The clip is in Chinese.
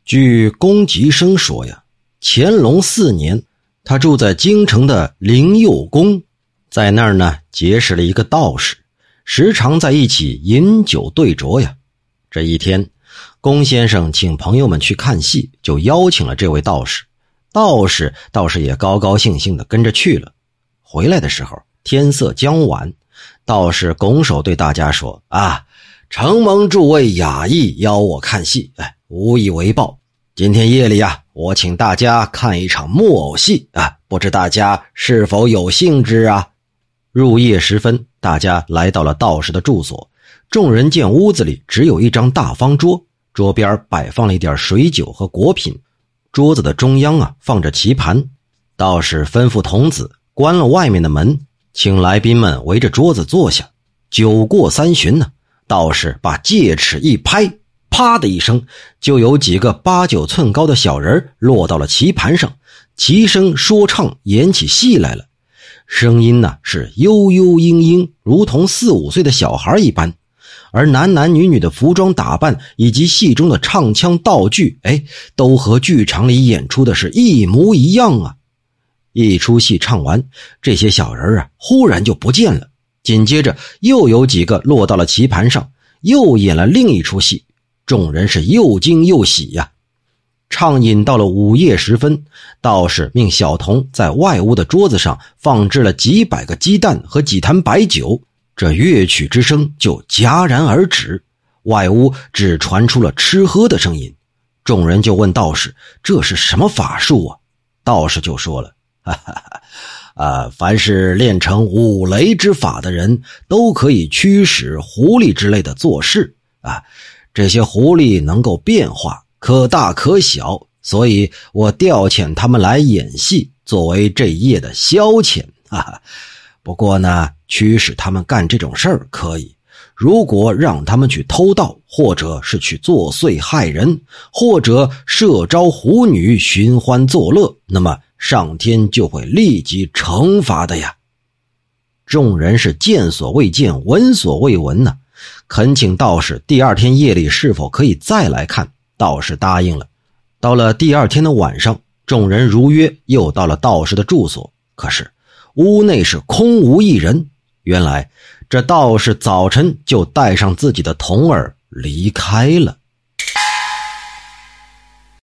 据龚吉生说呀，乾隆4年，他住在京城的灵佑宫，在那儿呢结识了一个道士，时常在一起饮酒对酌呀。这一天，龚先生请朋友们去看戏，就邀请了这位道士。道士倒是也高高兴兴地跟着去了。回来的时候，天色将晚，道士拱手对大家说：承蒙诸位雅意邀我看戏，无以为报。今天夜里我请大家看一场木偶戏不知大家是否有兴致啊？入夜时分，大家来到了道士的住所。众人见屋子里只有一张大方桌，桌边摆放了一点水酒和果品，桌子的中央放着棋盘。道士吩咐童子关了外面的门，请来宾们围着桌子坐下。酒过3巡呢，道士把戒尺一拍，啪的一声，就有几个8、9寸高的小人落到了棋盘上，齐声说唱演起戏来了。声音呢是悠悠嘤嘤，如同4、5岁的小孩一般。而男男女女的服装打扮以及戏中的唱腔道具，都和剧场里演出的是一模一样啊。一出戏唱完，这些小人忽然就不见了，紧接着又有几个落到了棋盘上，又演了另一出戏。众人是又惊又喜呀。畅饮到了午夜时分，道士命小童在外屋的桌子上放置了几百个鸡蛋和几坛白酒，这乐曲之声就戛然而止，外屋只传出了吃喝的声音。众人就问道士，这是什么法术啊？道士就说了，凡是练成五雷之法的人都可以驱使狐狸之类的做事这些狐狸能够变化，可大可小，所以我调遣他们来演戏，作为这一夜的消遣不过呢，驱使他们干这种事儿可以，如果让他们去偷盗，或者是去作祟害人，或者设招狐女寻欢作乐，那么上天就会立即惩罚的呀。众人是见所未见，闻所未闻呢，恳请道士第2天夜里是否可以再来看。道士答应了。到了第2天的晚上，众人如约又到了道士的住所，可是屋内是空无一人。原来这道士早晨就带上自己的童儿离开了。